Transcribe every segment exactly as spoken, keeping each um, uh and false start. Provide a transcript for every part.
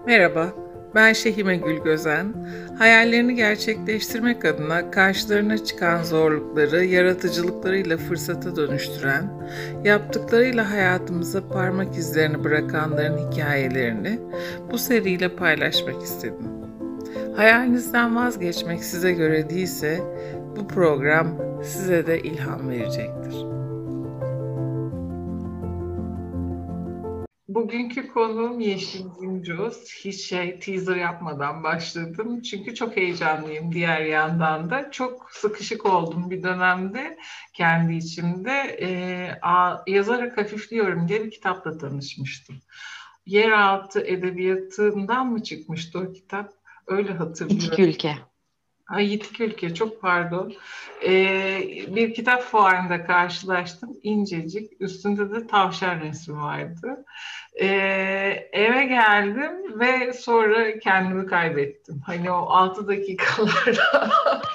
Merhaba, ben Şehime Gülgözen. Hayallerini gerçekleştirmek adına karşılarına çıkan zorlukları yaratıcılıklarıyla fırsata dönüştüren, yaptıklarıyla hayatımıza parmak izlerini bırakanların hikayelerini bu seriyle paylaşmak istedim. Hayalinizden vazgeçmek size göre değilse bu program size de ilham verecektir. Bugünkü konuğum Yeşim Güncüz. Hiç şey teaser yapmadan başladım. Çünkü çok heyecanlıyım diğer yandan da. Çok sıkışık oldum bir dönemde kendi içimde. Ee, a, Yazarak Hafifliyorum diye bir kitapla tanışmıştım. Yeraltı Edebiyatı'ndan mı çıkmıştı o kitap? Öyle İtik hatırlıyorum. ülke. Ay Yitik Ülke, çok pardon. Ee, Bir kitap fuarında karşılaştım. İncecik. Üstünde de tavşan resmi vardı. Ee, Eve geldim ve sonra kendimi kaybettim. Hani o altı dakikalarda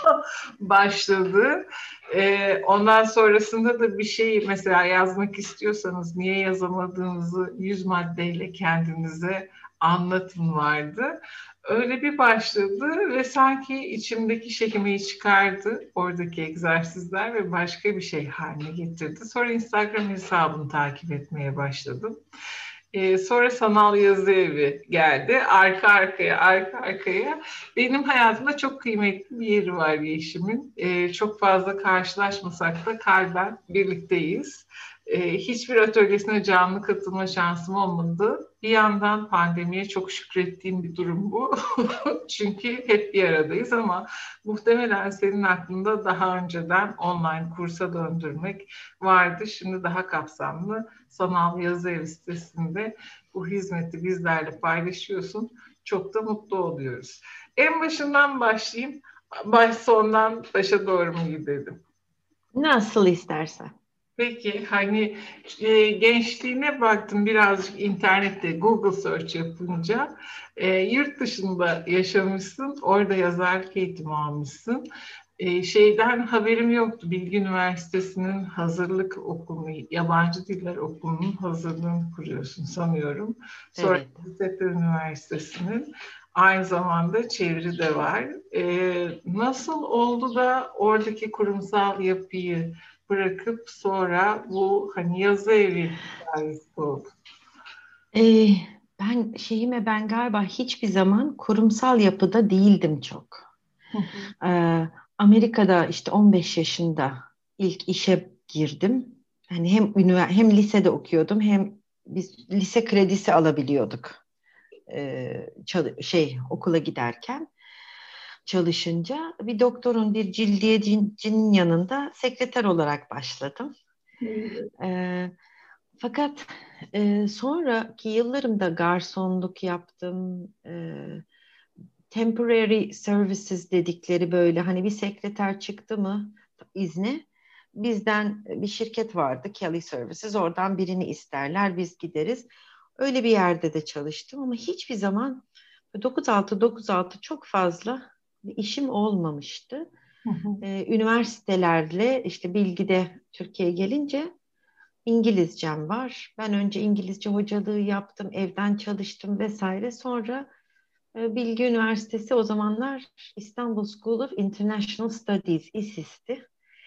başladı. Ee, ondan sonrasında da bir şey mesela yazmak istiyorsanız niye yazamadığınızı yüz maddeyle kendinize anlatın vardı. Öyle bir başladı ve sanki içimdeki şekimeyi çıkardı oradaki egzersizler ve başka bir şey haline getirdi. Sonra Instagram hesabını takip etmeye başladım. Ee, sonra sanal yazı evi geldi. Arka arkaya, arka arkaya. Benim hayatımda çok kıymetli bir yeri var Yeşim'in. Ee, çok fazla karşılaşmasak da kalben birlikteyiz. Ee, hiçbir atölyesine canlı katılma şansım olmadı. Bir yandan pandemiye çok şükrettiğim bir durum bu. Çünkü hep bir aradayız ama muhtemelen senin aklında daha önceden online kursa döndürmek vardı. Şimdi daha kapsamlı sanal yazı evi sitesinde bu hizmeti bizlerle paylaşıyorsun. Çok da mutlu oluyoruz. En başından başlayayım. Baş sondan başa doğru mu gidelim? Nasıl istersen. Peki hani e, gençliğine baktım birazcık internette Google search yapınca e, yurt dışında yaşamışsın, orada yazarlık eğitimi almışsın. E, şeyden haberim yoktu. Bilgi Üniversitesi'nin hazırlık okulu, yabancı diller okulunun hazırlığını kuruyorsun sanıyorum. Sonra Evet. Hacettepe Üniversitesi'nin aynı zamanda çeviri de var. E, nasıl oldu da oradaki kurumsal yapıyı bırakıp sonra bu hani yazı evi hikayesi oldu. Ee, ben şeyime ben galiba hiçbir zaman kurumsal yapıda değildim çok. Hı hı. Ee, Amerika'da işte on beş yaşında ilk işe girdim. Hani hem ünivers- hem lisede okuyordum hem biz lise kredisi alabiliyorduk. Ee, çal- şey okula giderken çalışınca bir doktorun bir cildiyecinin yanında sekreter olarak başladım. Ee, Fakat e, sonraki yıllarımda garsonluk yaptım. E, temporary services dedikleri böyle hani bir sekreter çıktı mı izne bizden bir şirket vardı Kelly Services oradan birini isterler biz gideriz. Öyle bir yerde de çalıştım ama hiçbir zaman dokuz altı dokuz altı çok fazla bir işim olmamıştı. Hı hı. E, üniversitelerle işte Bilgi'de Türkiye'ye gelince İngilizcem var. Ben önce İngilizce hocalığı yaptım, evden çalıştım vesaire. Sonra e, Bilgi Üniversitesi o zamanlar İstanbul School of International Studies, İSİS'ti.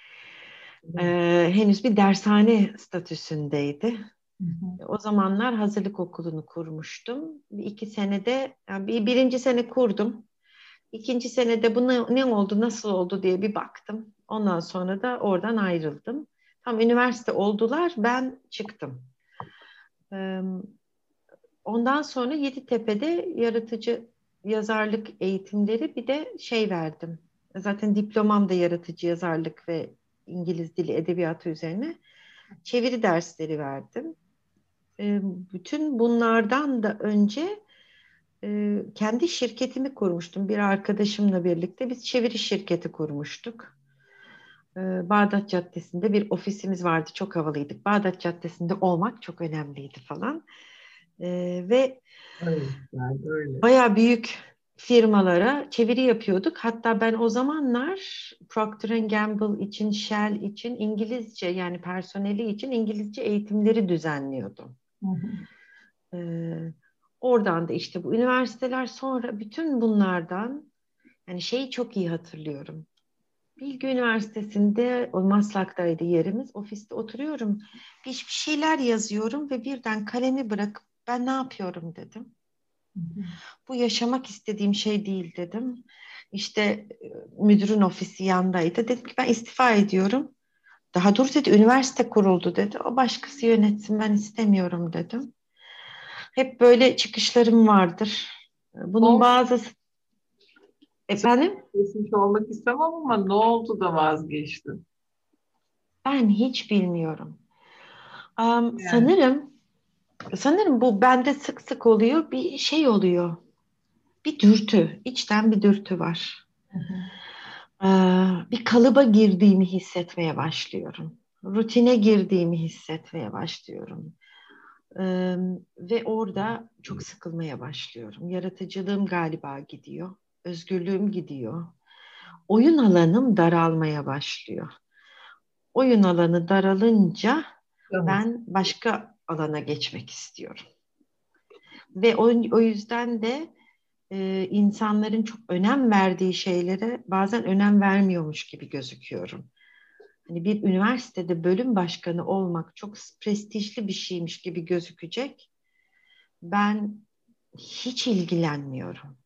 E, henüz bir dershane statüsündeydi. Hı hı. E, O zamanlar hazırlık okulunu kurmuştum. Bir iki senede, yani bir, birinci sene kurdum. İkinci senede bu ne, ne oldu, nasıl oldu diye bir baktım. Ondan sonra da oradan ayrıldım. Tam üniversite oldular, ben çıktım. Ee, Ondan sonra Yeditepe'de yaratıcı yazarlık eğitimleri bir de şey verdim. Zaten diplomam da yaratıcı yazarlık ve İngiliz dili edebiyatı üzerine çeviri dersleri verdim. Ee, bütün bunlardan da önce e, kendi şirketimi kurmuştum. Bir arkadaşımla birlikte biz çeviri şirketi kurmuştuk. Ee, Bağdat Caddesi'nde bir ofisimiz vardı. Çok havalıydık. Bağdat Caddesi'nde olmak çok önemliydi falan. Ee, ve Evet, yani öyle. bayağı büyük firmalara çeviri yapıyorduk. Hatta ben o zamanlar Procter and Gamble için, Shell için İngilizce yani personeli için İngilizce eğitimleri düzenliyordum. Hı hı. Ee, Oradan da işte bu üniversiteler, sonra bütün bunlardan, yani şeyi çok iyi hatırlıyorum. Bilgi Üniversitesi'nde, o Maslak'taydı yerimiz, ofiste oturuyorum. Bir, bir şeyler yazıyorum ve birden kalemi bırakıp ben ne yapıyorum dedim. Bu yaşamak istediğim şey değil dedim. İşte e, müdürün ofisi yandaydı. Dedim ki ben istifa ediyorum. Daha dur dedi, üniversite kuruldu dedi. O başkası yönetsin, ben istemiyorum dedim. Hep böyle çıkışlarım vardır. Bunun O bazısı, efendim, Geçmiş olmak istemem ama ne oldu da vazgeçtin? ben hiç bilmiyorum. Am, Yani. sanırım sanırım bu bende sık sık oluyor. Bir şey oluyor. Bir dürtü. İçten bir dürtü var. Hı hı. Ee, bir kalıba girdiğimi hissetmeye başlıyorum. Rutine girdiğimi hissetmeye başlıyorum. Ee, ve orada çok sıkılmaya başlıyorum. Yaratıcılığım galiba gidiyor. Özgürlüğüm gidiyor. Oyun alanım daralmaya başlıyor. Oyun alanı daralınca Evet. ben başka alana geçmek istiyorum. Ve o, o yüzden de e, insanların çok önem verdiği şeylere bazen önem vermiyormuş gibi gözüküyorum. Hani bir üniversitede bölüm başkanı olmak çok prestijli bir şeymiş gibi gözükecek. Ben hiç ilgilenmiyorum.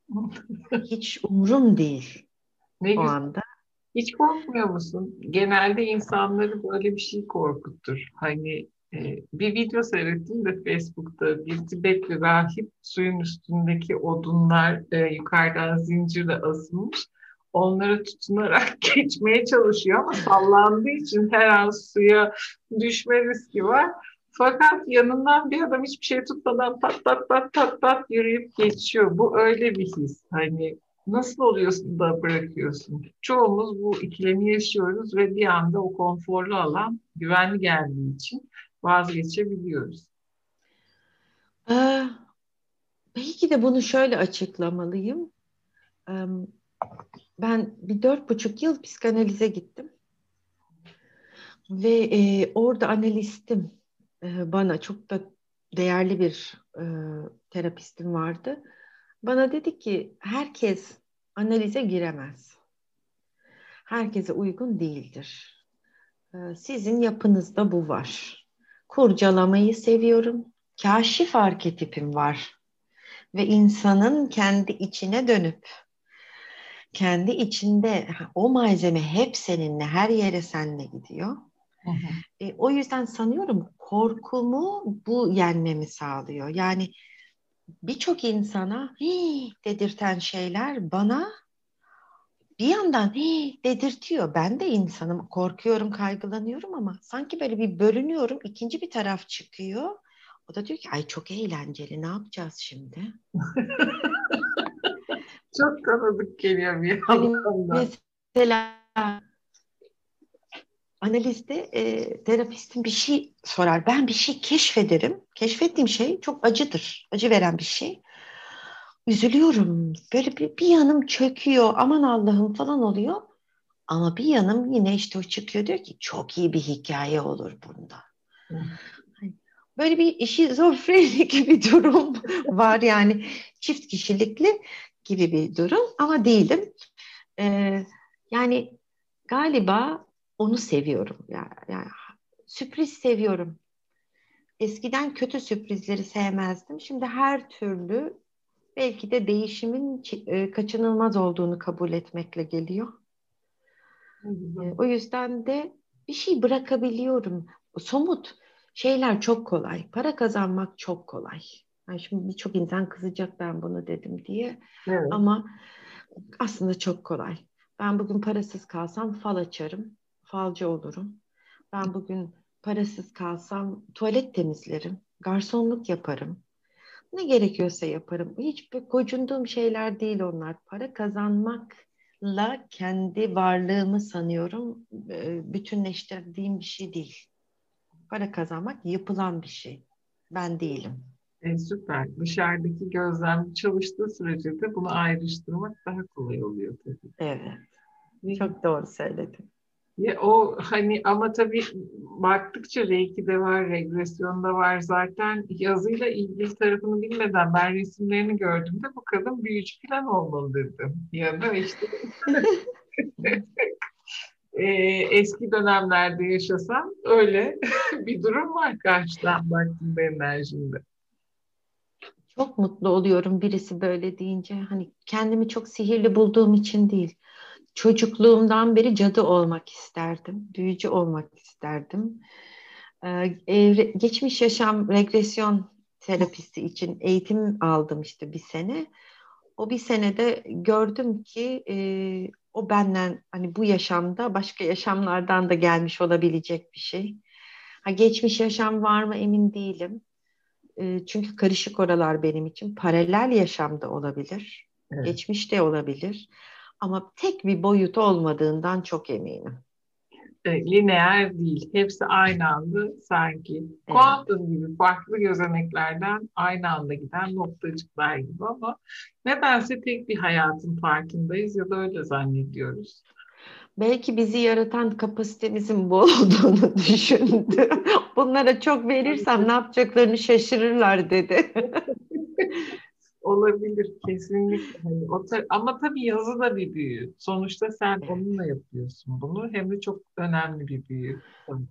Hiç umurum değil Ne o güzel. anda. Hiç korkmuyor musun? Genelde insanları böyle bir şey korkutur. Hani e, bir video seyrettim de Facebook'ta bir Tibetli rahip suyun üstündeki odunlar e, yukarıdan zincirle asılmış. Onlara tutunarak geçmeye çalışıyor ama sallandığı için her an suya düşme riski var. Fakat yanından bir adam hiçbir şey tutmadan tat tat tat tat tat yürüyüp geçiyor. Bu öyle bir his. Hani nasıl oluyorsun da bırakıyorsun? Çoğumuz bu ikilemi yaşıyoruz ve bir anda o konforlu alan güvenli geldiği için vazgeçebiliyoruz. Ee, belki de bunu şöyle açıklamalıyım. Ee, ben bir dört buçuk yıl psikanalize gittim. Ve e, orada analistim, e, bana çok da değerli bir e, terapistim vardı. Bana dedi ki herkes analize giremez. Herkese uygun değildir. E, sizin yapınızda bu var. Kurcalamayı seviyorum. Kaşif arketipim var. Ve insanın kendi içine dönüp kendi içinde o malzeme hep seninle, her yere seninle gidiyor. Hı hı. E, o yüzden sanıyorum korkumu bu yenmemi sağlıyor. Yani birçok insana "Hii" dedirten şeyler bana bir yandan "Hii" dedirtiyor. Ben de insanım, korkuyorum, kaygılanıyorum ama sanki böyle bir bölünüyorum. İkinci bir taraf çıkıyor. O da diyor ki ay çok eğlenceli, ne yapacağız şimdi? Çok tanıdık geliyor bir Hani yandan. mesela analiste e, terapistin bir şey sorar. Ben bir şey keşfederim. Keşfettiğim şey çok acıdır. Acı veren bir şey. Üzülüyorum. Böyle bir, bir yanım çöküyor. Aman Allah'ım falan oluyor. Ama bir yanım yine işte o çıkıyor, diyor ki çok iyi bir hikaye olur bunda. Hani böyle bir şizofreni gibi bir durum var yani, çift kişilikli gibi bir durum ama değilim. Ee, yani galiba onu seviyorum. Yani, yani sürpriz seviyorum. Eskiden kötü sürprizleri sevmezdim. Şimdi her türlü belki de değişimin çi- e, kaçınılmaz olduğunu kabul etmekle geliyor. Ne güzel. E, o yüzden de bir şey bırakabiliyorum. Somut şeyler çok kolay. Para kazanmak çok kolay. Yani şimdi birçok insan kızacak ben bunu dedim diye. Evet. Ama aslında çok kolay. Ben bugün parasız kalsam fal açarım. Falcı olurum. Ben bugün parasız kalsam tuvalet temizlerim. Garsonluk yaparım. Ne gerekiyorsa yaparım. Hiç bir gocunduğum şeyler değil onlar. Para kazanmakla kendi varlığımı sanıyorum e, bütünleştirdiğim bir şey değil. Para kazanmak yapılan bir şey. Ben değilim. E, süper. Dışarıdaki gözlem çalıştığı sürece de bunu ayrıştırmak daha kolay oluyor tabii. Evet, Ne güzel. çok doğru söyledin. Ya o hani ama tabii baktıkça Reiki'de var, regresyonda var zaten yazıyla ilgili tarafını bilmeden ben resimlerini gördüğümde bu kadın büyücü falan olmalı dedim. Ya da işte e, eski dönemlerde yaşasam öyle bir durum var karşıdan baktığımda enerjimde. Çok mutlu oluyorum birisi böyle deyince. Hani kendimi çok sihirli bulduğum için değil. Çocukluğumdan beri cadı olmak isterdim. Büyücü olmak isterdim. Ee, evre- geçmiş yaşam regresyon terapisti için eğitim aldım işte bir sene. O bir senede gördüm ki e, o benden hani bu yaşamda başka yaşamlardan da gelmiş olabilecek bir şey. Ha, geçmiş yaşam var mı emin değilim. E, çünkü karışık oralar benim için. Paralel yaşamda olabilir. Evet. Geçmişte olabilir. Ama tek bir boyut olmadığından çok eminim. E, lineer değil. Hepsi aynı anda sanki. Evet. Kuantum gibi farklı gözeneklerden aynı anda giden noktacıklar gibi ama nedense tek bir hayatın farkındayız ya da öyle zannediyoruz. Belki bizi yaratan kapasitemizin bu olduğunu düşündü. Bunlara çok verirsem ne yapacaklarını şaşırırlar dedi. Olabilir kesinlikle. Hani o ta- ama tabii yazı da bir büyü. Sonuçta sen Evet. onunla yapıyorsun bunu. Hem de çok önemli bir büyü. Tabii.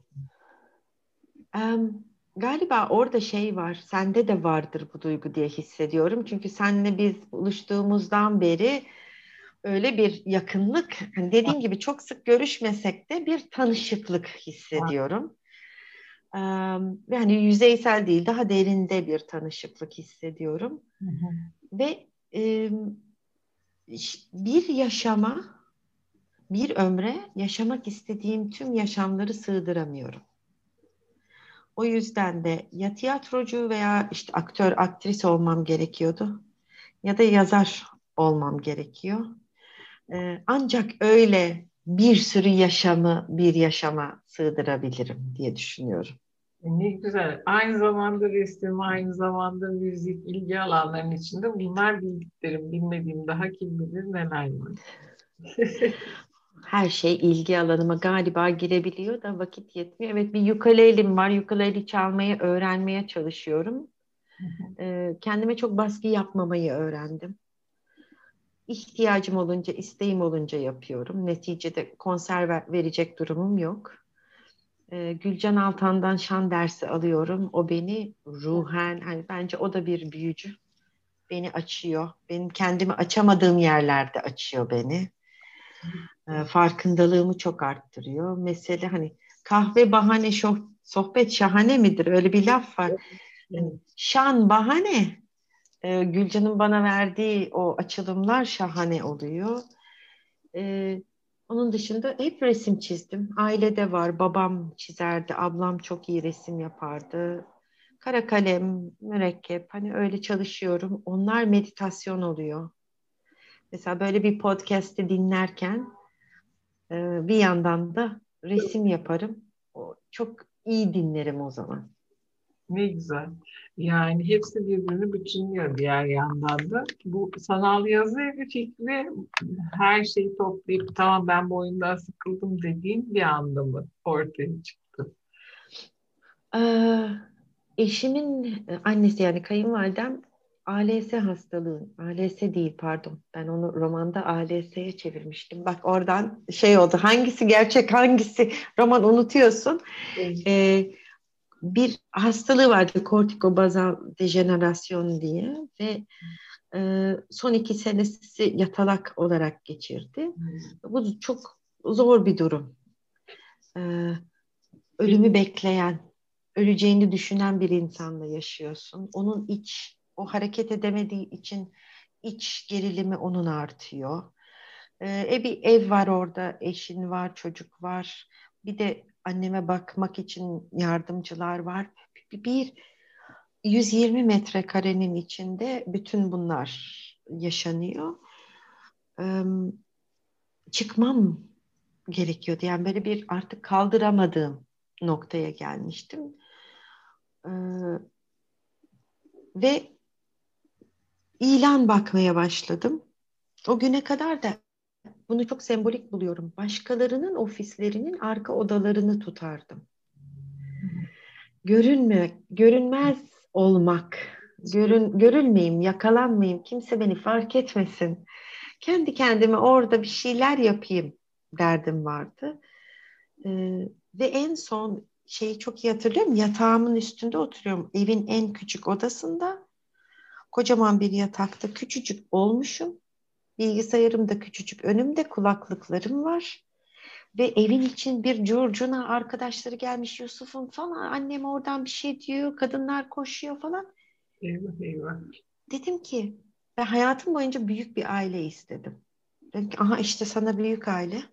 Em, galiba orada şey var, sende de vardır bu duygu diye hissediyorum. Çünkü seninle biz buluştuğumuzdan beri öyle bir yakınlık, hani dediğin gibi çok sık görüşmesek de bir tanışıklık hissediyorum. Em, ve hani yüzeysel değil, daha derinde bir tanışıklık hissediyorum. Hı hı. Ve em, bir yaşama, bir ömre yaşamak istediğim tüm yaşamları sığdıramıyorum. O yüzden de ya tiyatrocu veya işte aktör, aktris olmam gerekiyordu ya da yazar olmam gerekiyor. Ee, ancak öyle bir sürü yaşamı bir yaşama sığdırabilirim diye düşünüyorum. E, Ne güzel. Aynı zamanda resim, aynı zamanda müzik, ilgi alanlarının içinde bunlar bildiklerim, bilmediğim daha kim bilir neler var. Her şey ilgi alanıma galiba girebiliyor da vakit yetmiyor. Evet, bir ukulele'm var. Ukulele çalmayı öğrenmeye çalışıyorum. Ee, kendime çok baskı yapmamayı öğrendim. İhtiyacım olunca, isteğim olunca yapıyorum. Neticede konser ver- verecek durumum yok. Ee, Gülcan Altan'dan şan dersi alıyorum. O beni ruhen, hani bence o da bir büyücü. Beni açıyor. Benim kendimi açamadığım yerlerde açıyor beni. Ee, farkındalığımı çok arttırıyor. Mesela hani kahve bahane, şoh- sohbet şahane midir? Öyle bir laf var. Hani şan bahane. Ee, Gülcan'ın bana verdiği o açılımlar şahane oluyor. Ee, onun dışında hep resim çizdim. Ailede var. Babam çizerdi. Ablam çok iyi resim yapardı. Kara kalem, mürekkep hani öyle çalışıyorum. Onlar meditasyon oluyor. Mesela böyle bir podcast'i dinlerken e, bir yandan da resim yaparım. O, çok iyi dinlerim o zaman. Ne güzel. Yani hepsi birbirini bütünlüyor diğer yandan da. Bu sanal yazı evi fikri her şeyi toplayıp tamam ben bu oyundan sıkıldım dediğin bir anda mı ortaya çıktı? Ee, eşimin e, annesi yani kayınvalidem A L S hastalığı, A L S değil pardon. Ben onu romanda A L S'ye çevirmiştim. Bak oradan şey oldu. Hangisi gerçek, hangisi roman unutuyorsun. Evet. Ee, bir hastalığı vardı kortikobazal dejenerasyon diye ve e, son iki senesi yatalak olarak geçirdi. Bu çok zor bir durum. Ee, ölümü bekleyen, öleceğini düşünen bir insanla yaşıyorsun. Onun iç, o hareket edemediği için iç gerilimi onun artıyor. Ee, e bir ev var orada, eşin var, çocuk var. Bir de anneme bakmak için yardımcılar var. Bir, bir yüz yirmi metrekarenin içinde bütün bunlar yaşanıyor. Ee, çıkmam gerekiyordu. Yani böyle bir artık kaldıramadığım noktaya gelmiştim. Ee, ve ilan bakmaya başladım. O güne kadar da bunu çok sembolik buluyorum. Başkalarının ofislerinin arka odalarını tutardım. Görünme, görünmez olmak, görün, görülmeyeyim, yakalanmayayım, kimse beni fark etmesin. Kendi kendime orada bir şeyler yapayım derdim vardı. Ee, ve en son şeyi çok iyi hatırlıyorum. Yatağımın üstünde oturuyorum. Evin en küçük odasında. Kocaman bir yatakta küçücük olmuşum. Bilgisayarım da küçücük. Önümde kulaklıklarım var. Ve evin için bir curcuna arkadaşları gelmiş Yusuf'un falan. Annem oradan bir şey diyor. Kadınlar koşuyor falan. Eyvah eyvah. Dedim ki ben hayatım boyunca büyük bir aile istedim. Dedim ki aha işte sana büyük aile.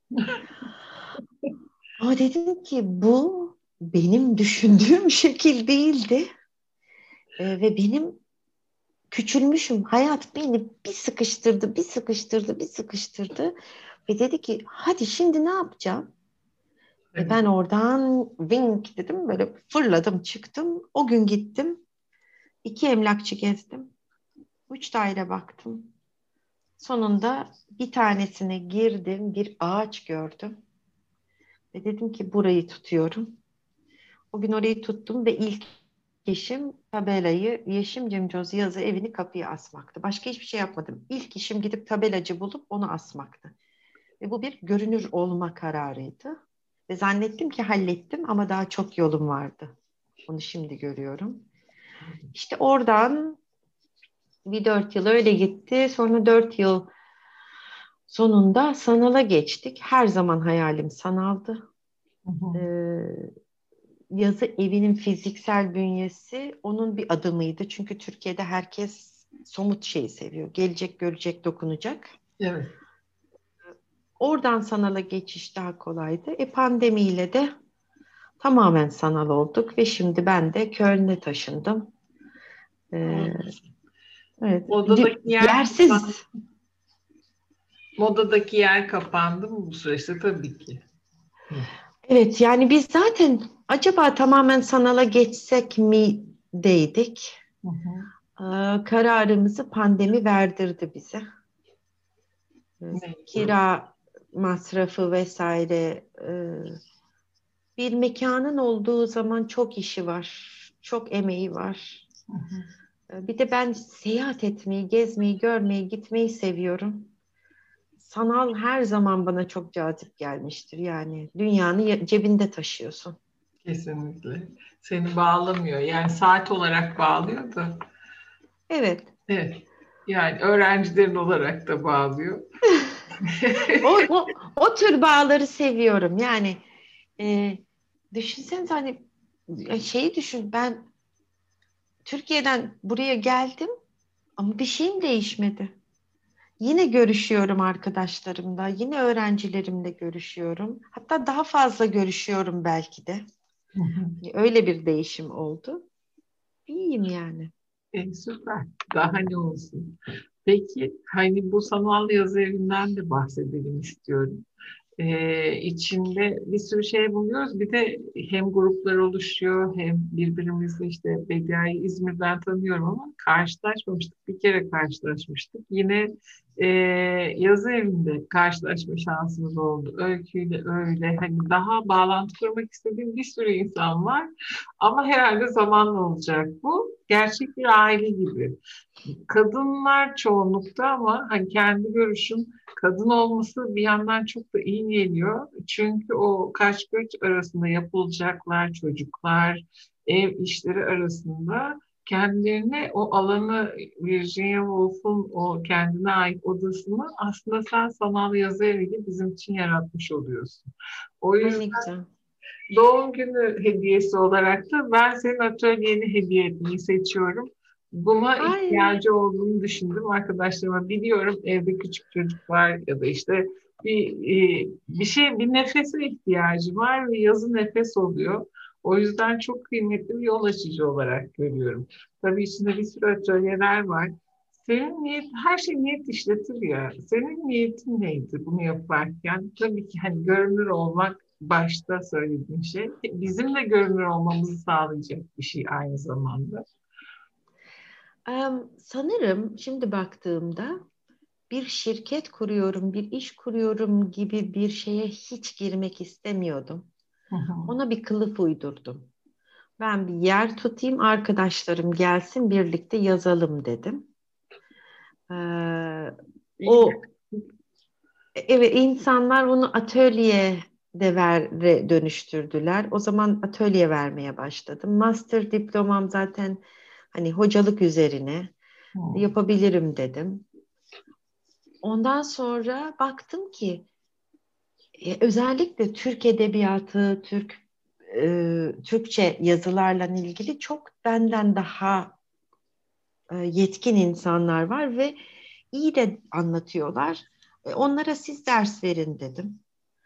Ama dedim ki bu benim düşündüğüm şekil değildi. Ee, ve benim küçülmüşüm. Hayat beni bir sıkıştırdı, bir sıkıştırdı, bir sıkıştırdı. Ve dedi ki hadi şimdi ne yapacağım? Ve Evet. ben oradan wink dedim böyle fırladım çıktım. O gün gittim. İki emlakçı gezdim. Üç daire baktım. Sonunda bir tanesine girdim. Bir ağaç gördüm. Ve dedim ki burayı tutuyorum. O gün orayı tuttum ve ilk işim tabelayı Yeşim Cimcoz yazı evini kapıya asmaktı. Başka hiçbir şey yapmadım. İlk işim gidip tabelacı bulup onu asmaktı. Ve bu bir görünür olma kararıydı. Ve zannettim ki hallettim ama daha çok yolum vardı. Onu şimdi görüyorum. İşte oradan bir dört yıl öyle gitti. Sonra dört yıl sonunda sanala geçtik. Her zaman hayalim sanaldı. Hı hı. Ee, yazı evinin fiziksel bünyesi onun bir adımıydı. Çünkü Türkiye'de herkes somut şeyi seviyor. Gelecek, görecek, dokunacak. Evet. Oradan sanala geçiş daha kolaydı. E pandemiyle de tamamen sanal olduk ve şimdi ben de Köln'e taşındım. Ee, evet, Modadaki yer kapandı. yersiz. Modadaki yer kapandı mı bu süreçte? Tabii ki. Hı. Evet, yani biz zaten acaba tamamen sanala geçsek mi deydik. Hı hı. Ee, kararımızı pandemi verdirdi bize. Ee, Mecbur. kira masrafı vesaire. e, bir mekanın olduğu zaman çok işi var, çok emeği var. Hı hı. Ee, bir de ben seyahat etmeyi, gezmeyi, görmeyi, gitmeyi seviyorum. Sanal her zaman bana çok cazip gelmiştir. Yani dünyanı ya- cebinde taşıyorsun. Kesinlikle. Seni bağlamıyor. Yani saat olarak bağlıyor da. Evet. Evet. Yani öğrencilerin olarak da bağlıyor. O, o, o tür bağları seviyorum. Yani e, düşünsenize hani e, şeyi düşün ben Türkiye'den buraya geldim ama bir şeyim değişmedi. Yine görüşüyorum arkadaşlarımla, yine öğrencilerimle görüşüyorum. Hatta daha fazla görüşüyorum belki de. Hı hı. Öyle bir değişim oldu. İyiyim yani. E, süper. Daha ne olsun. Peki hani bu sanal yazı evinden de bahsedelim istiyorum. Ee, içinde bir sürü şey buluyoruz. Bir de hem gruplar oluşuyor hem birbirimizle işte Bedia'yı İzmir'den tanıyorum ama karşılaşmamıştık. Bir kere karşılaşmıştık. Yine e, yazı evinde karşılaşma şansımız oldu. Öyküyle öyle. Hani daha bağlantı kurmak istediğim bir sürü insan var. Ama herhalde zamanla olacak bu. Gerçek bir aile gibi. Kadınlar çoğunlukta ama hani kendi görüşüm kadın olması bir yandan çok da iyi geliyor. Çünkü o kaç göç arasında yapılacaklar çocuklar, ev işleri arasında kendilerine o alanı Virginia Woolf'un o kendine ait odasını aslında sen sanal yazı eviyle bizim için yaratmış oluyorsun. O Ay ne yüzden güzel. doğum günü hediyesi olarak da ben senin atölyeni hediye etmeyi seçiyorum. Buna Ay. ihtiyacı olduğunu düşündüm arkadaşlarıma. Biliyorum evde küçük çocuk var ya da işte bir e, bir şey bir nefese ihtiyacı var ve yazı nefes oluyor. O yüzden çok kıymetli bir yol açıcı olarak görüyorum. Tabii içinde bir sürü atölyeler var. Senin niyet, her şey niyet işletir ya. Senin niyetin neydi bunu yaparken? Tabii ki hani görünür olmak başta söylediğim şey. Bizim de görünür olmamızı sağlayacak bir şey aynı zamanda. Em, sanırım şimdi baktığımda bir şirket kuruyorum, bir iş kuruyorum gibi bir şeye hiç girmek istemiyordum. Hı hı. Ona bir kılıf uydurdum. Ben bir yer tutayım, arkadaşlarım gelsin, birlikte yazalım dedim. Ee, İyi. o evet, insanlar onu atölye de ver, dönüştürdüler. O zaman atölye vermeye başladım. Master diplomam zaten hani hocalık üzerine Hı. yapabilirim dedim. Ondan sonra baktım ki e, özellikle Türk edebiyatı, Türk e, Türkçe yazılarla ilgili çok benden daha e, yetkin insanlar var ve iyi de anlatıyorlar. E, onlara siz ders verin dedim.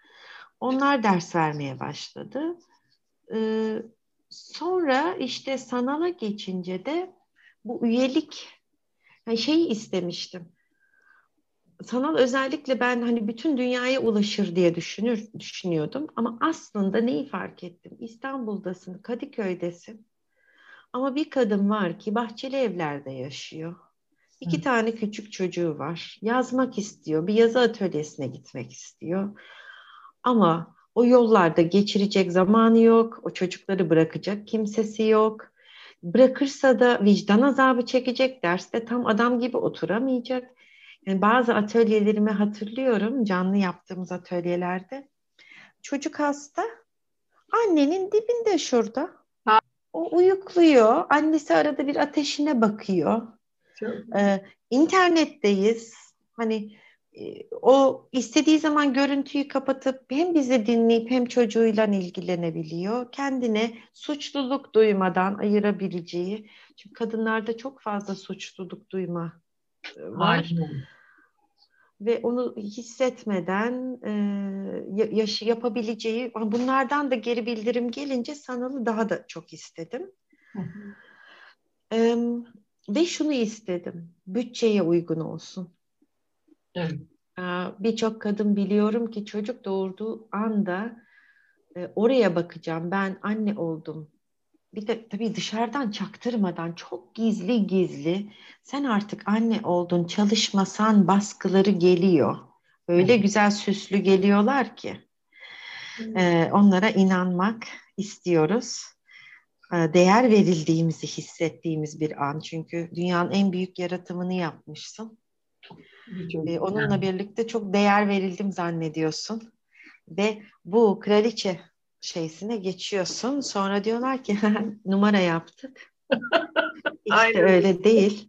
Onlar ders vermeye başladı. E, sonra işte sanala geçince de bu üyelik yani şeyi istemiştim. Sanal özellikle ben hani bütün dünyaya ulaşır diye düşünür düşünüyordum ama aslında neyi fark ettim? İstanbul'dasın, Kadıköy'desin. Ama bir kadın var ki Bahçeli Evler'de yaşıyor. İki Hı. tane küçük çocuğu var. Yazmak istiyor. Bir yazı atölyesine gitmek istiyor. Ama o yollarda geçirecek zamanı yok. O çocukları bırakacak kimsesi yok. Bırakırsa da vicdan azabı çekecek. Derste tam adam gibi oturamayacak. Yani bazı atölyelerimi hatırlıyorum. Canlı yaptığımız atölyelerde. Çocuk hasta. Annenin dibinde şurada. Ha, O uyukluyor. Annesi arada bir ateşine bakıyor. çok Ee, internetteyiz. Hani e, o istediği zaman görüntüyü kapatıp hem bizi dinleyip hem çocuğuyla ilgilenebiliyor. Kendine suçluluk duymadan ayırabileceği. Çünkü kadınlarda çok fazla suçluluk duyma e, var. aynen. Ve onu hissetmeden e, yaşı yapabileceği, bunlardan da geri bildirim gelince sanalı daha da çok istedim. Hı hı. E, ve şunu istedim, bütçeye uygun olsun. Evet. E, birçok kadın biliyorum ki çocuk doğurduğu anda e, oraya bakacağım, ben anne oldum. Bir de tabii dışarıdan çaktırmadan çok gizli gizli sen artık anne oldun çalışmasan baskıları geliyor. Öyle Evet. güzel süslü geliyorlar ki Evet. e, onlara inanmak istiyoruz. E, değer verildiğimizi hissettiğimiz bir an. Çünkü dünyanın en büyük yaratımını yapmışsın. Bu çok E, güzel. onunla birlikte çok değer verildim zannediyorsun. Ve bu kraliçe şeysine geçiyorsun. Sonra diyorlar ki numara yaptık. İşte Aynen. öyle değil.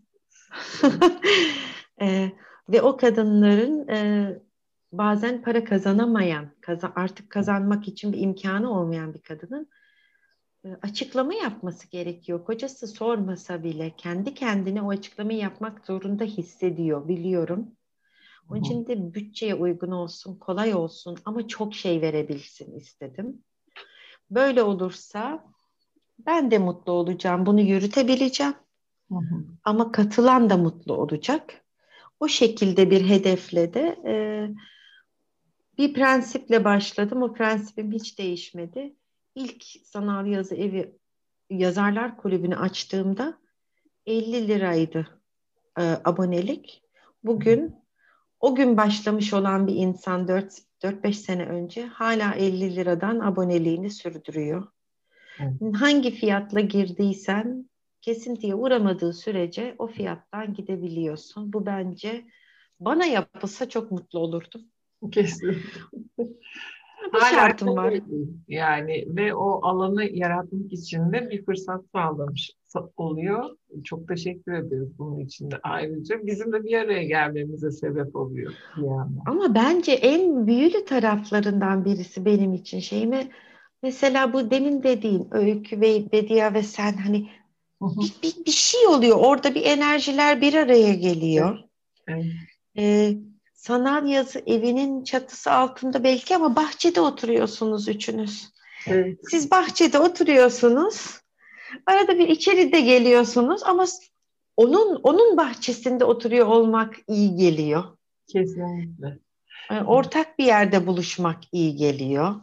E, ve o kadınların e, bazen para kazanamayan, kaza- artık kazanmak için bir imkanı olmayan bir kadının e, açıklama yapması gerekiyor. Kocası sormasa bile kendi kendine o açıklamayı yapmak zorunda hissediyor, biliyorum. Hı Onun hı. için de bütçeye uygun olsun, kolay olsun ama çok şey verebilsin istedim. Böyle olursa ben de mutlu olacağım, bunu yürütebileceğim Hı hı. ama katılan da mutlu olacak. O şekilde bir hedefle de e, bir prensiple başladım. O prensibim hiç değişmedi. İlk sanal yazı evi yazarlar kulübünü açtığımda elli liraydı e, abonelik. Bugün o gün başlamış olan bir insan dört beş sene önce hala elli liradan aboneliğini sürdürüyor. Evet. Hangi fiyatla girdiysen kesintiye uğramadığı sürece o fiyattan gidebiliyorsun. Bu bence bana yapılsa çok mutlu olurdum. Kesin. Bir Hala şartım çok var. uygun. Yani ve o alanı yaratmak için de bir fırsat sağlamış oluyor. Çok teşekkür ederiz bunun için de ayrıca. Bizim de bir araya gelmemize sebep oluyor bir yandan. Ama bence en büyülü taraflarından birisi benim için şey mi? Mesela bu demin dediğin Öykü ve Bediye ve sen hani Hı hı. bir, bir, bir şey oluyor. Orada bir enerjiler bir araya Evet, geliyor. evet, Ee, sanal yazı evinin çatısı altında belki ama bahçede oturuyorsunuz üçünüz. evet. Siz bahçede oturuyorsunuz. Arada bir içeri de geliyorsunuz ama onun onun bahçesinde oturuyor olmak iyi geliyor. Kesinlikle. Ee, ortak bir yerde buluşmak iyi geliyor.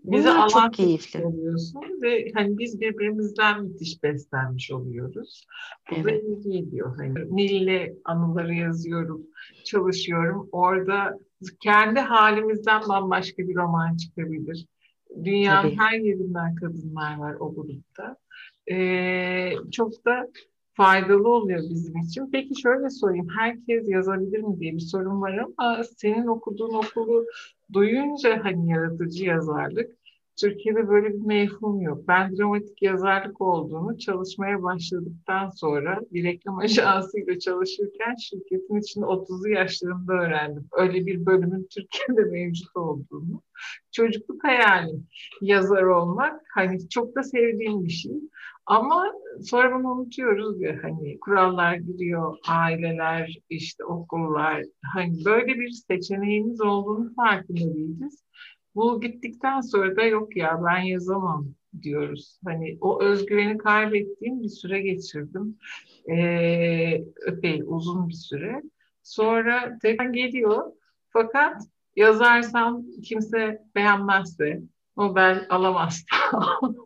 Bize Bunlar alan çok tanımış keyifli. oluyorsun ve hani biz birbirimizden müthiş beslenmiş oluyoruz. Bu da Evet, iyi geliyor. Hani Nil'le anıları yazıyorum, çalışıyorum. Orada kendi halimizden bambaşka bir roman çıkabilir. Dünyanın tabii. her yerinden kadınlar var o grupta. Ee, çok da faydalı oluyor bizim için. Peki şöyle sorayım, herkes yazabilir mi diye bir sorun var ama senin okuduğun okulu duyunca hani yaratıcı yazarlık, Türkiye'de böyle bir mefhum yok. Ben dramatik yazarlık olduğunu çalışmaya başladıktan sonra bir reklam ajansıyla çalışırken şirketin içinde otuzlu yaşlarımda öğrendim. Öyle bir bölümün Türkiye'de mevcut olduğunu. Çocukluk hayalim yazar olmak. Hani çok da sevdiğim bir şey. Ama sonra bunu unutuyoruz ya hani kurallar giriyor, aileler, işte okullar. Hani böyle bir seçeneğimiz olduğunu farkında değiliz. Bu gittikten sonra da yok ya ben yazamam diyoruz. Hani o özgüveni kaybettiğim bir süre geçirdim. Ee, epey uzun bir süre. Sonra tekrar geliyor. Fakat yazarsam kimse beğenmezse, Nobel alamazsam.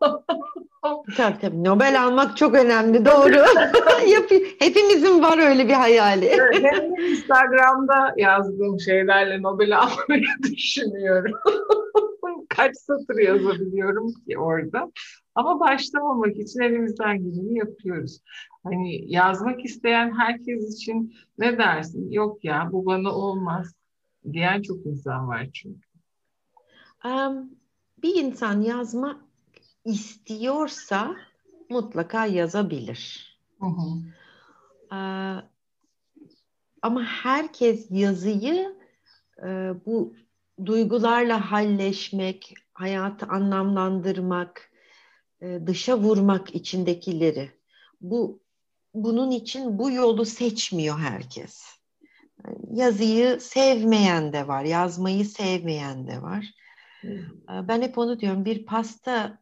Tabii tabii. Nobel almak çok önemli. Doğru. Yapı- Hepimizin var öyle bir hayali. Evet, hem de Instagram'da yazdığım şeylerle Nobel almayı düşünüyorum. Kaç satır yazabiliyorum ki orada. Ama başlamamak için elimizden geleni yapıyoruz. Hani yazmak isteyen herkes için ne dersin? Yok ya bu bana olmaz diyen çok insan var çünkü. Am, Bir insan yazmak istiyorsa mutlaka yazabilir. Hı hı. Aa, Ama herkes yazıyı e, bu duygularla halleşmek, hayatı anlamlandırmak, e, dışa vurmak içindekileri. Bu bunun için bu yolu seçmiyor herkes. Yani yazıyı sevmeyen de var, yazmayı sevmeyen de var. E, Ben hep onu diyorum, bir pasta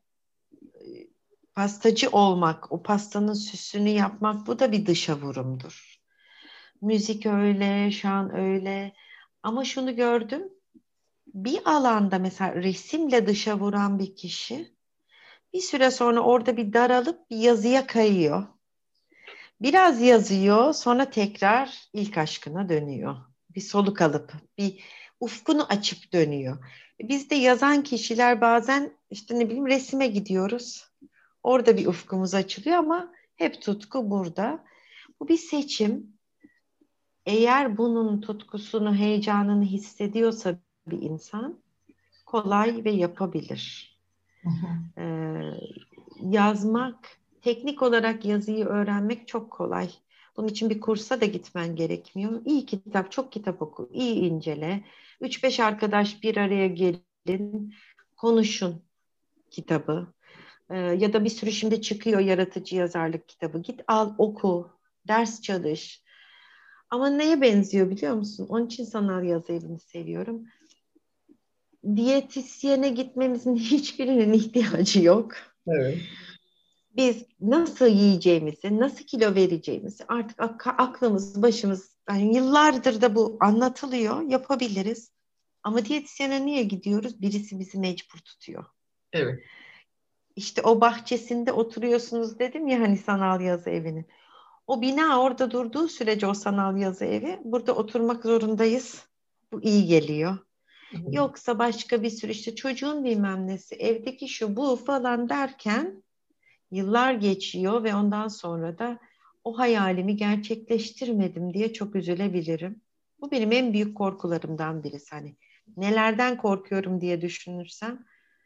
pastacı olmak, o pastanın süsünü yapmak bu da bir dışa vurumdur. Müzik öyle, şan öyle. Ama şunu gördüm, bir alanda mesela resimle dışa vuran bir kişi bir süre sonra orada bir daralıp bir yazıya kayıyor. Biraz yazıyor, sonra tekrar ilk aşkına dönüyor. Bir soluk alıp, bir ufkunu açıp dönüyor. Biz de yazan kişiler bazen işte ne bileyim resime gidiyoruz. Orada bir ufkumuz açılıyor ama hep tutku burada. Bu bir seçim. Eğer bunun tutkusunu, heyecanını hissediyorsa bir insan kolay ve yapabilir. Hı hı. Ee, Yazmak, teknik olarak yazıyı öğrenmek çok kolay. Bunun için bir kursa da gitmen gerekmiyor. İyi kitap, çok kitap oku, iyi incele. Üç beş arkadaş bir araya gelin, konuşun kitabı. Ee, ya da bir sürü şimdi çıkıyor yaratıcı yazarlık kitabı. Git al, oku, ders çalış. Ama neye benziyor biliyor musun? Onun için sanal yazı evini seviyorum. Diyetisyene gitmemizin hiçbirinin ihtiyacı yok. Evet. Biz nasıl yiyeceğimizi, nasıl kilo vereceğimizi artık ak- aklımız, başımız, yani yıllardır da bu anlatılıyor, yapabiliriz. Ama diyetisyene niye gidiyoruz? Birisi bizi mecbur tutuyor. Evet. İşte o bahçesinde oturuyorsunuz dedim ya hani sanal yazı evinin. O bina orada durduğu sürece o sanal yazı evi, burada oturmak zorundayız. Bu iyi geliyor. Yoksa başka bir sürü işte çocuğun bilmem nesi, evdeki şu bu falan derken yıllar geçiyor ve ondan sonra da o hayalimi gerçekleştirmedim diye çok üzülebilirim. Bu benim en büyük korkularımdan birisi. Hani nelerden korkuyorum diye düşünürsem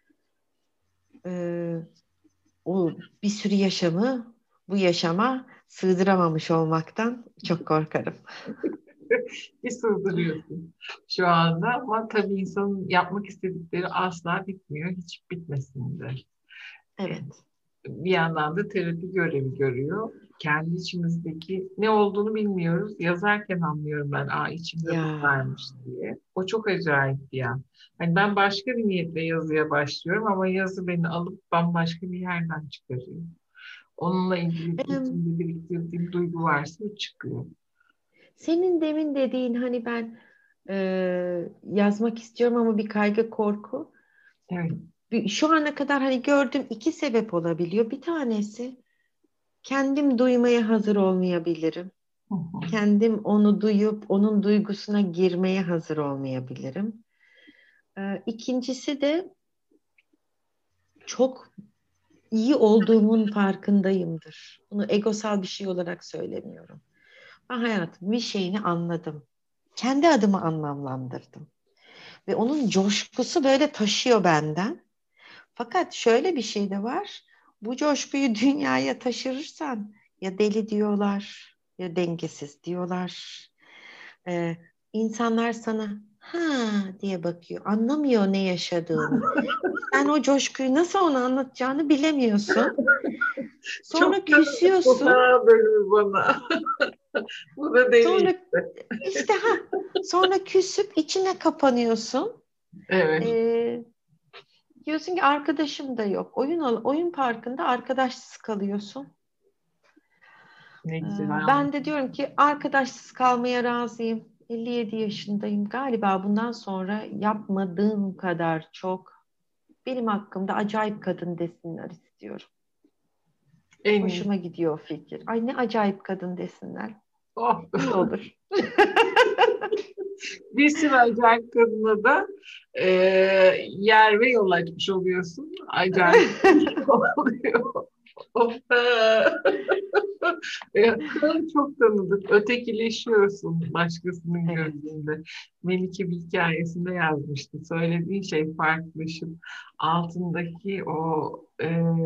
e, o bir sürü yaşamı bu yaşama sığdıramamış olmaktan çok korkarım. Bir sığdırıyorsun şu anda ama tabii insanın yapmak istedikleri asla bitmiyor. Hiç bitmesin de. Evet. Bir yandan da terapi görevi görüyor. Kendi içimizdeki ne olduğunu bilmiyoruz. Yazarken anlıyorum ben, aa içimde bu Ya varmış diye. O çok acayip bir yan. Hani ben başka bir niyetle yazıya başlıyorum ama yazı beni alıp bambaşka bir yerden çıkarıyor. Onunla ilgili benim içimde biriktirdiğim duygu varsa o çıkıyor. senin demin dediğin hani ben e, yazmak istiyorum ama bir kaygı korku. Evet. Şu ana kadar hani gördüğüm iki sebep olabiliyor. Bir tanesi kendim duymaya hazır olmayabilirim. Hı hı. Kendim onu duyup onun duygusuna girmeye hazır olmayabilirim. Ee, İkincisi de çok iyi olduğumun farkındayımdır. Bunu egosal bir şey olarak söylemiyorum. Ben hayatım bir şeyini anladım. Kendi adıma anlamlandırdım. Ve onun coşkusu böyle taşıyor benden. Fakat şöyle bir şey de var. Bu coşkuyu dünyaya taşırırsan ya deli diyorlar ya dengesiz diyorlar. Ee, insanlar sana ha diye bakıyor. Anlamıyor ne yaşadığını. Sen o coşkuyu nasıl ona anlatacağını bilemiyorsun. Sonra Çok tanıdık bu küsüyorsun. ha bölümü bana. Bu da deli Sonra işte. işte ha sonra küsüp içine kapanıyorsun. Evet. Ee, diyorsun ki arkadaşım da yok. Oyun al- oyun parkında arkadaşsız kalıyorsun. Ne Ee, güzel anladım. ben de diyorum ki arkadaşsız kalmaya razıyım. elli yedi yaşındayım. Galiba bundan sonra yapmadığım kadar çok benim hakkımda acayip kadın desinler istiyorum. En iyi. Hoşuma gidiyor o fikir. Ay ne acayip kadın desinler. Oh. İyi olur. Bir sürü acayip kadına da e, yer ve yol açmış oluyorsun. Acayip oluyor. Of. E, kulağı çok tanıdık. Ötekileşiyorsun başkasının Evet. gözünde. Melike bir hikayesinde yazmıştı. Söylediğin şey farklılaşıp altındaki o e,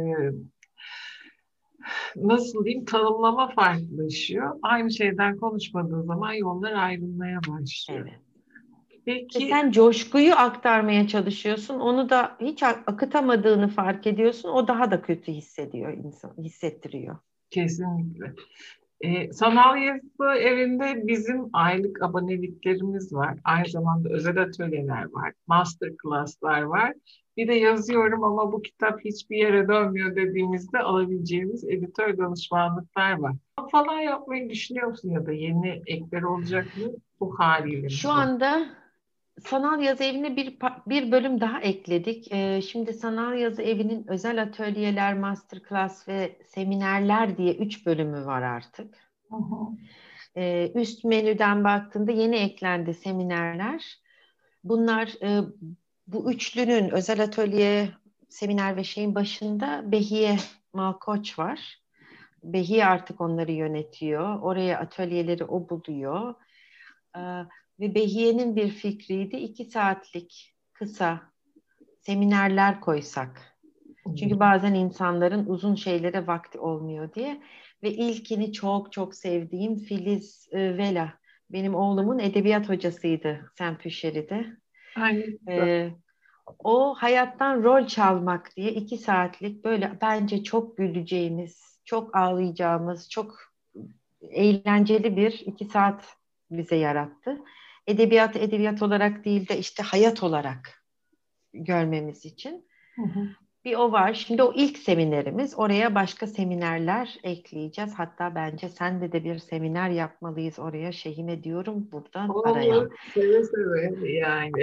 nasıl diyeyim tanımlama farklılaşıyor. Aynı şeyden konuşmadığı zaman yollar ayrılmaya başlıyor. Evet. Ve Peki sen coşkuyu aktarmaya çalışıyorsun. Onu da hiç ak- akıtamadığını fark ediyorsun. O daha da kötü hissediyor insan, hissettiriyor. kesinlikle. Ee, sanal yazı evinde bizim aylık aboneliklerimiz var. Aynı zamanda özel atölyeler var. Master class'lar var. Bir de yazıyorum ama bu kitap hiçbir yere dönmüyor dediğimizde alabileceğimiz editör danışmanlıklar var. Falan yapmayı düşünüyor musun ya da yeni ekler olacak mı? Bu haliyle mi? Şu anda sanal yazı evine bir pa- bir bölüm daha ekledik. Ee, şimdi sanal yazı evinin özel atölyeler, masterclass ve seminerler diye üç bölümü var artık. Hı hı. Ee, üst menüden baktığında yeni eklendi seminerler. Bunlar e, bu üçlünün özel atölye, seminer ve şeyin başında Behiye Malkoç var. Behiye artık onları yönetiyor. Oraya atölyeleri o buluyor. Ee, ve Behiye'nin bir fikriydi. iki saatlik kısa seminerler koysak. Çünkü bazen insanların uzun şeylere vakti olmuyor diye. Ve ilkini çok çok sevdiğim Filiz e, Vela. Benim oğlumun edebiyat hocasıydı Sempüşeri'de. Aynen. Ee, o hayattan rol çalmak diye iki saatlik böyle bence çok güleceğimiz, çok ağlayacağımız, çok eğlenceli bir iki saat bize yarattı. Edebiyat edebiyat olarak değil de işte hayat olarak görmemiz için. Hı hı. Bir o var. Şimdi o ilk seminerimiz. Oraya başka seminerler ekleyeceğiz. Hatta bence sen de de bir seminer yapmalıyız oraya. Şehim ediyorum buradan araya. Olur, seve seve yani.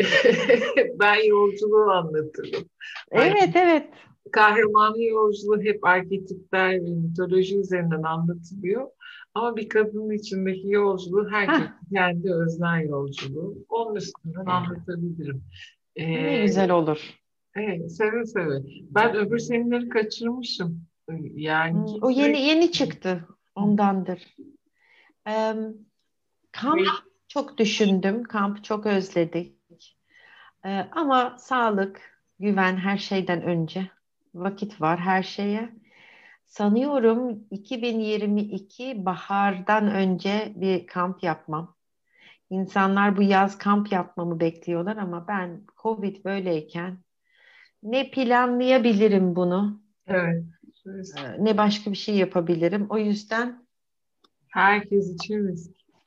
Ben yolculuğu anlatırım. Hani Evet, evet. kahramanın yolculuğu hep arketipler ve mitoloji üzerinden anlatılıyor. Ama bir kadının içindeki yolculuğu herkesin Hah, kendi öznel yolculuğu. Onun üstünden evet. anlatabilirim. Ne Ee, güzel olur. evet, seve seve. Ben öbür semineri kaçırmışım. Yani Hmm, o kimse... yeni yeni çıktı. Ondandır. Ee, kamp çok düşündüm. Kamp çok özledik. Ee, ama sağlık, güven her şeyden önce. Vakit var her şeye. Sanıyorum iki bin yirmi iki bahardan önce bir kamp yapmam. İnsanlar bu yaz kamp yapmamı bekliyorlar ama ben Covid böyleyken ne planlayabilirim bunu, Evet. e, ne başka bir şey yapabilirim. O yüzden Herkes için risk.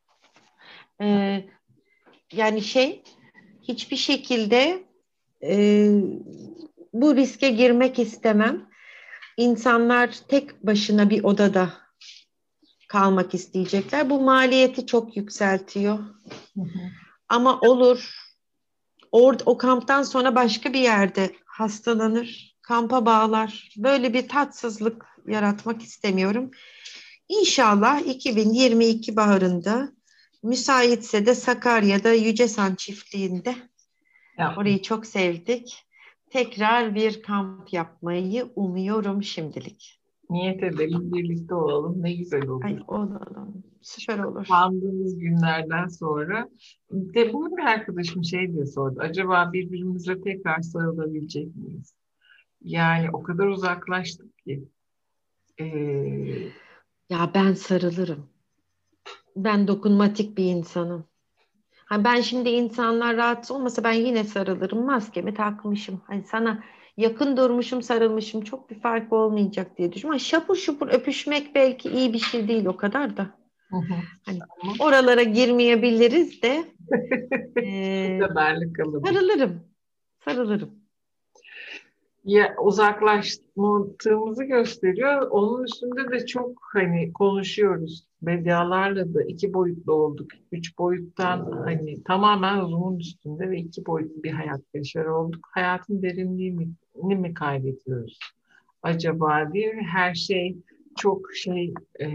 e, yani şey hiçbir şekilde e, bu riske girmek istemem. İnsanlar tek başına bir odada kalmak isteyecekler. Bu maliyeti çok yükseltiyor. Hı hı. Ama olur. Orada o kamptan sonra başka bir yerde hastalanır, kampa bağlar. Böyle bir tatsızlık yaratmak istemiyorum. İnşallah iki bin yirmi iki baharında müsaitse de Sakarya'da Yücesan çiftliğinde, Yapma. orayı çok sevdik, tekrar bir kamp yapmayı umuyorum şimdilik. Niyet edelim, birlikte olalım. Ne güzel olur. Ay o da, da süper olur. Kandığımız günlerden sonra. De bugün bir arkadaşım şey diye sordu. Acaba birbirimize tekrar sarılabilecek miyiz? Yani o kadar uzaklaştık ki. Ee, Ya ben sarılırım. Ben dokunmatik bir insanım. Ha ben şimdi insanlar rahatsız olmasa ben yine sarılırım. Maskemi takmışım. Hani sana yakın durmuşum, sarılmışım. Çok bir fark olmayacak diye düşünüyorum. Ama şapur şupur öpüşmek belki iyi bir şey değil o kadar da. hı hı. Hani Ama oralara girmeyebiliriz de bu e, kadarlık kalalım. sarılırım. Sarılırım. Ya uzaklaştığımızı gösteriyor. Onun üstünde de çok hani konuşuyoruz. Medyalarla da iki boyutlu olduk. Üç boyuttan hani tamamen Zoom'un üstünde ve iki boyutlu bir hayat yaşar olduk. Hayatın derinliğini mi kaybediyoruz acaba diye her şey çok şey e,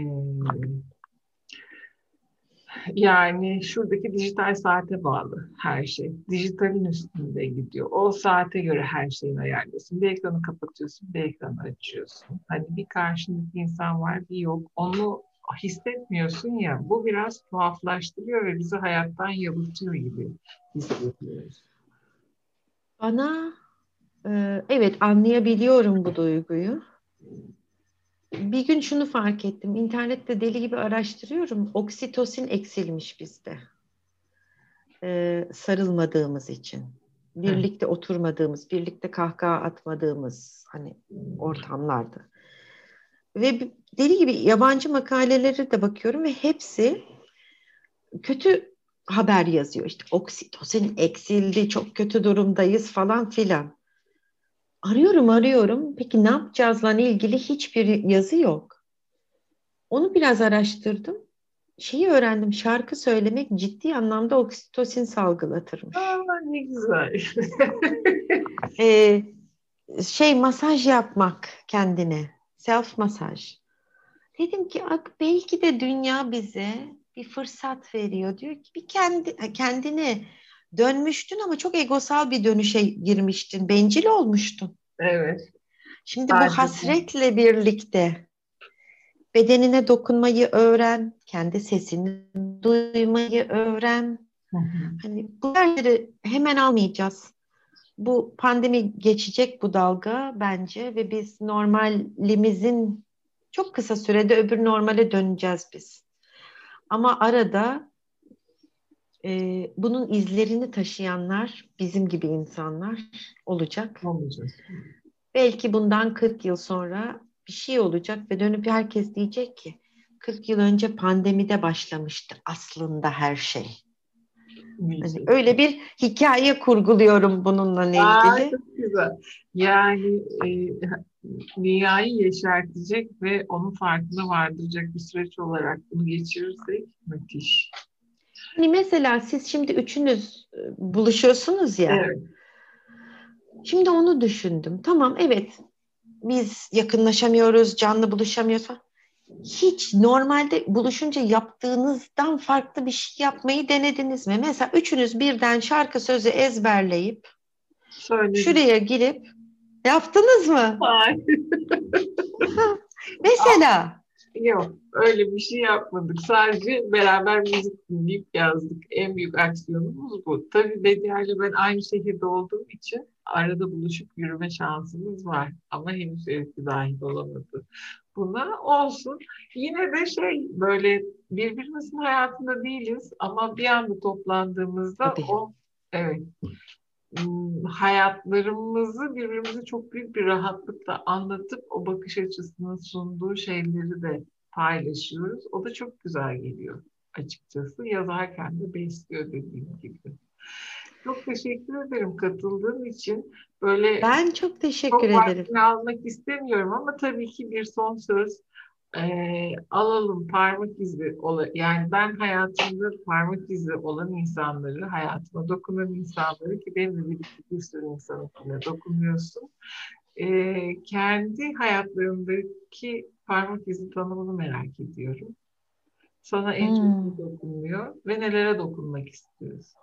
yani şuradaki dijital saate bağlı her şey. Dijitalin üstünde gidiyor. O saate göre her şeyin ayarlıyorsun. Bir ekranı kapatıyorsun, bir ekranı açıyorsun. Hani bir karşındaki insan var, bir yok. Onu hissetmiyorsun ya. Bu biraz tuhaflaştırıyor ve bizi hayattan yalıtıyor gibi hissediyoruz. Bana e, evet anlayabiliyorum bu duyguyu. Bir gün şunu fark ettim. İnternette deli gibi araştırıyorum. Oksitosin eksilmiş bizde. Ee, sarılmadığımız için. Evet. Birlikte oturmadığımız, birlikte kahkaha atmadığımız hani ortamlarda. Ve bir- deli gibi yabancı makalelere de bakıyorum ve hepsi kötü haber yazıyor. İşte oksitosin eksildi, çok kötü durumdayız falan filan. Arıyorum arıyorum. Peki ne yapacağızla ilgili hiçbir yazı yok. Onu biraz araştırdım. Şeyi öğrendim. Şarkı söylemek ciddi anlamda oksitosin salgılatırmış. Aa, ne güzel. Ee, şey masaj yapmak kendine. Self masaj. Dedim ki "Ak, belki de dünya bize bir fırsat veriyor. Diyor ki bir kendi kendine dönmüştün ama çok egosal bir dönüşe girmiştin. Bencil olmuştun. Evet. Şimdi bu Sadece. hasretle birlikte bedenine dokunmayı öğren, kendi sesini duymayı öğren. Hı hı. Hani bu dersleri hemen almayacağız. Bu pandemi geçecek bu dalga bence ve biz normalimizin çok kısa sürede öbür normale döneceğiz biz. Ama arada e, bunun izlerini taşıyanlar bizim gibi insanlar olacak. Olmayacağız. Belki bundan kırk yıl sonra bir şey olacak ve dönüp herkes diyecek ki kırk yıl önce pandemide başlamıştı aslında her şey. Hani Diyeceğiz. öyle bir hikaye kurguluyorum bununla Aa, ilgili. çok güzel. Yani e, dünyayı yeşertecek ve onun farkına vardıracak bir süreç olarak bunu geçirirsek müthiş. Hani mesela siz şimdi üçünüz e, buluşuyorsunuz ya. Evet, Şimdi onu düşündüm. Tamam evet biz yakınlaşamıyoruz, canlı buluşamıyoruz falan. Hiç normalde buluşunca yaptığınızdan farklı bir şey yapmayı denediniz mi? Mesela üçünüz birden şarkı sözü ezberleyip söyledim. şuraya girip yaptınız mı? Ay, Mesela. yok, öyle bir şey yapmadık. Sadece beraber müzik dinleyip yazdık. En büyük aksiyonumuz bu. Tabii Medya ile ben aynı şehirde olduğum için arada buluşup yürüme şansımız var. Ama henüz Öykü dahil olamadı. Buna olsun. Yine de şey böyle birbirimizin hayatında değiliz ama bir anda toplandığımızda Tabii. o evet m, hayatlarımızı birbirimize çok büyük bir rahatlıkla anlatıp o bakış açısının sunduğu şeyleri de paylaşıyoruz. O da çok güzel geliyor açıkçası. Yazarken de besliyor dediğim gibi. Çok teşekkür ederim katıldığın için. Böyle Ben çok teşekkür çok ederim. vaktini almak istemiyorum ama tabii ki bir son söz. Ee, alalım parmak izi ola- yani ben hayatımda parmak izi olan insanları, hayatıma dokunan insanları, ki benimle birlikte bir sürü insanın dokunuyorsun. Ee, kendi hayatlarındaki parmak izi tanımını merak ediyorum. Sana en çok ne Hmm. dokunuyor ve nelere dokunmak istiyorsun?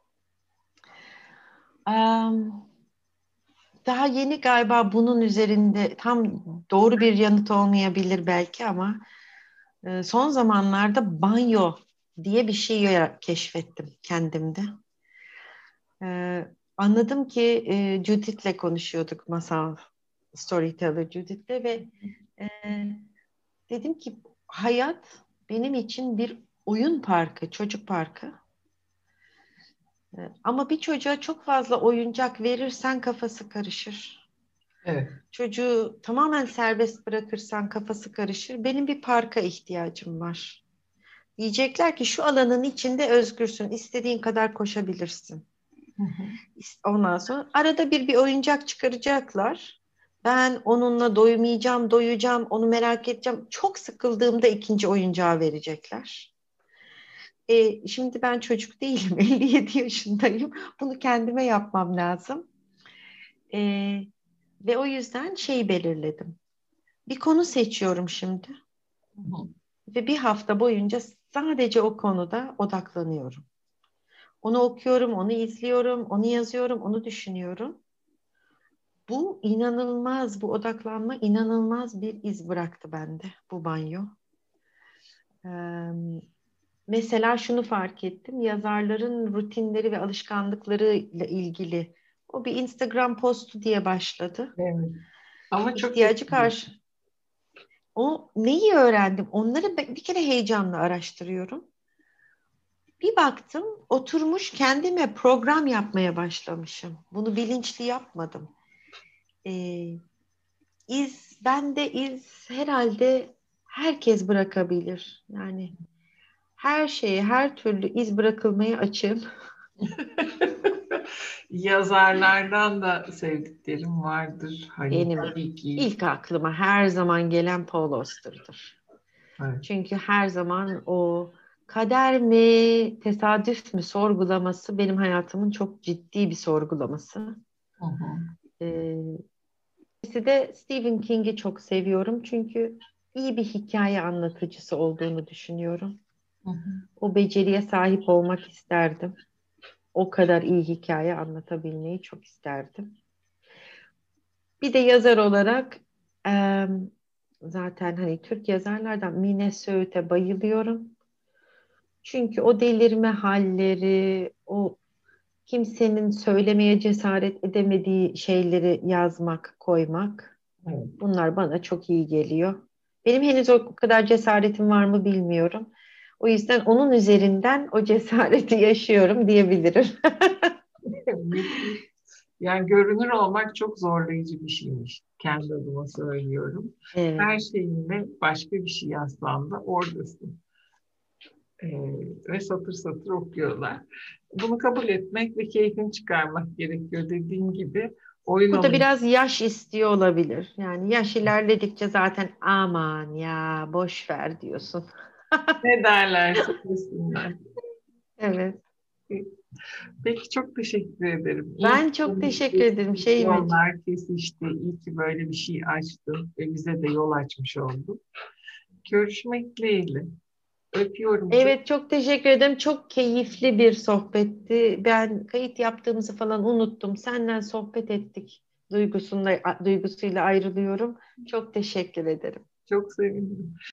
Am, Daha yeni galiba bunun üzerinde tam doğru bir yanıt olmayabilir belki ama e, son zamanlarda banyo diye bir şey ya- keşfettim kendimde. E, Anladım ki e, Judith'le konuşuyorduk, masal storyteller Judith'le ve e, dedim ki hayat benim için bir oyun parkı, çocuk parkı. E, Ama bir çocuğa çok fazla oyuncak verirsen kafası karışır. Evet. Çocuğu tamamen serbest bırakırsan kafası karışır. Benim bir parka ihtiyacım var. Diyecekler ki şu alanın içinde özgürsün. İstediğin kadar koşabilirsin. Hı hı. Ondan sonra arada bir bir oyuncak çıkaracaklar. Ben onunla doymayacağım, doyacağım, onu merak edeceğim. Çok sıkıldığımda ikinci oyuncağı verecekler. E, şimdi ben çocuk değilim, elli yedi yaşındayım. Bunu kendime yapmam lazım. E, Ve o yüzden şey belirledim. Bir konu seçiyorum şimdi Hı hı. ve bir hafta boyunca sadece o konuda odaklanıyorum. Onu okuyorum, onu izliyorum, onu yazıyorum, onu düşünüyorum. Bu inanılmaz, bu odaklanma inanılmaz bir iz bıraktı bende, bu banyo. Ee, Mesela şunu fark ettim, yazarların rutinleri ve alışkanlıklarıyla ilgili. O bir Instagram postu diye başladı. Evet. Ama çok İhtiyacı etkili. karşı. O neyi öğrendim? Onları bir kere heyecanla araştırıyorum. Bir baktım, oturmuş kendime program yapmaya başlamışım. Bunu bilinçli yapmadım. Ee, iz, ben de iz herhalde herkes bırakabilir. Yani her şeye, her türlü iz bırakılmaya açığım. Yazarlardan da sevdiklerim vardır. Hani Benim tabii ki. ilk aklıma her zaman gelen Paul Auster'dır. Evet. Çünkü her zaman o kader mi, tesadüf mü sorgulaması benim hayatımın çok ciddi bir sorgulaması. Hı hı. Ee, İkisi de Stephen King'i çok seviyorum çünkü iyi bir hikaye anlatıcısı olduğunu düşünüyorum. Hı hı. O beceriye sahip olmak isterdim. O kadar iyi hikaye anlatabilmeyi çok isterdim. Bir de yazar olarak e, zaten hani Türk yazarlardan Mine Söğüt'e bayılıyorum. Çünkü o delirme halleri, o kimsenin söylemeye cesaret edemediği şeyleri yazmak, koymak. Evet. Bunlar bana çok iyi geliyor. Benim henüz o kadar cesaretim var mı bilmiyorum. O yüzden onun üzerinden o cesareti yaşıyorum diyebilirim. Yani görünür olmak çok zorlayıcı bir şeymiş. Kendi adıma söylüyorum. Evet, Her şeyinle başka bir şey yazsan da oradasın. Ee, ve satır satır okuyorlar. Bunu kabul etmek ve keyfini çıkarmak gerekiyor. Dediğin gibi oyun bu da alanı. biraz yaş istiyor olabilir. Yani yaş ilerledikçe zaten aman ya boş ver diyorsun. Ne derlerse desinler. Evet. Peki çok teşekkür ederim. İyi ki Ben çok teşekkür ederim konuştuk, Şeymacığım. yollar kesişti. İyi ki böyle bir şey açtın ve bize de yol açmış oldun. Görüşmek dileğiyle. Öpüyorum canım. Evet çok teşekkür ederim. Çok keyifli bir sohbetti. Ben kayıt yaptığımızı falan unuttum. Senden sohbet ettik duygusunda, duygusuyla ayrılıyorum. Çok teşekkür ederim. Çok sevindim.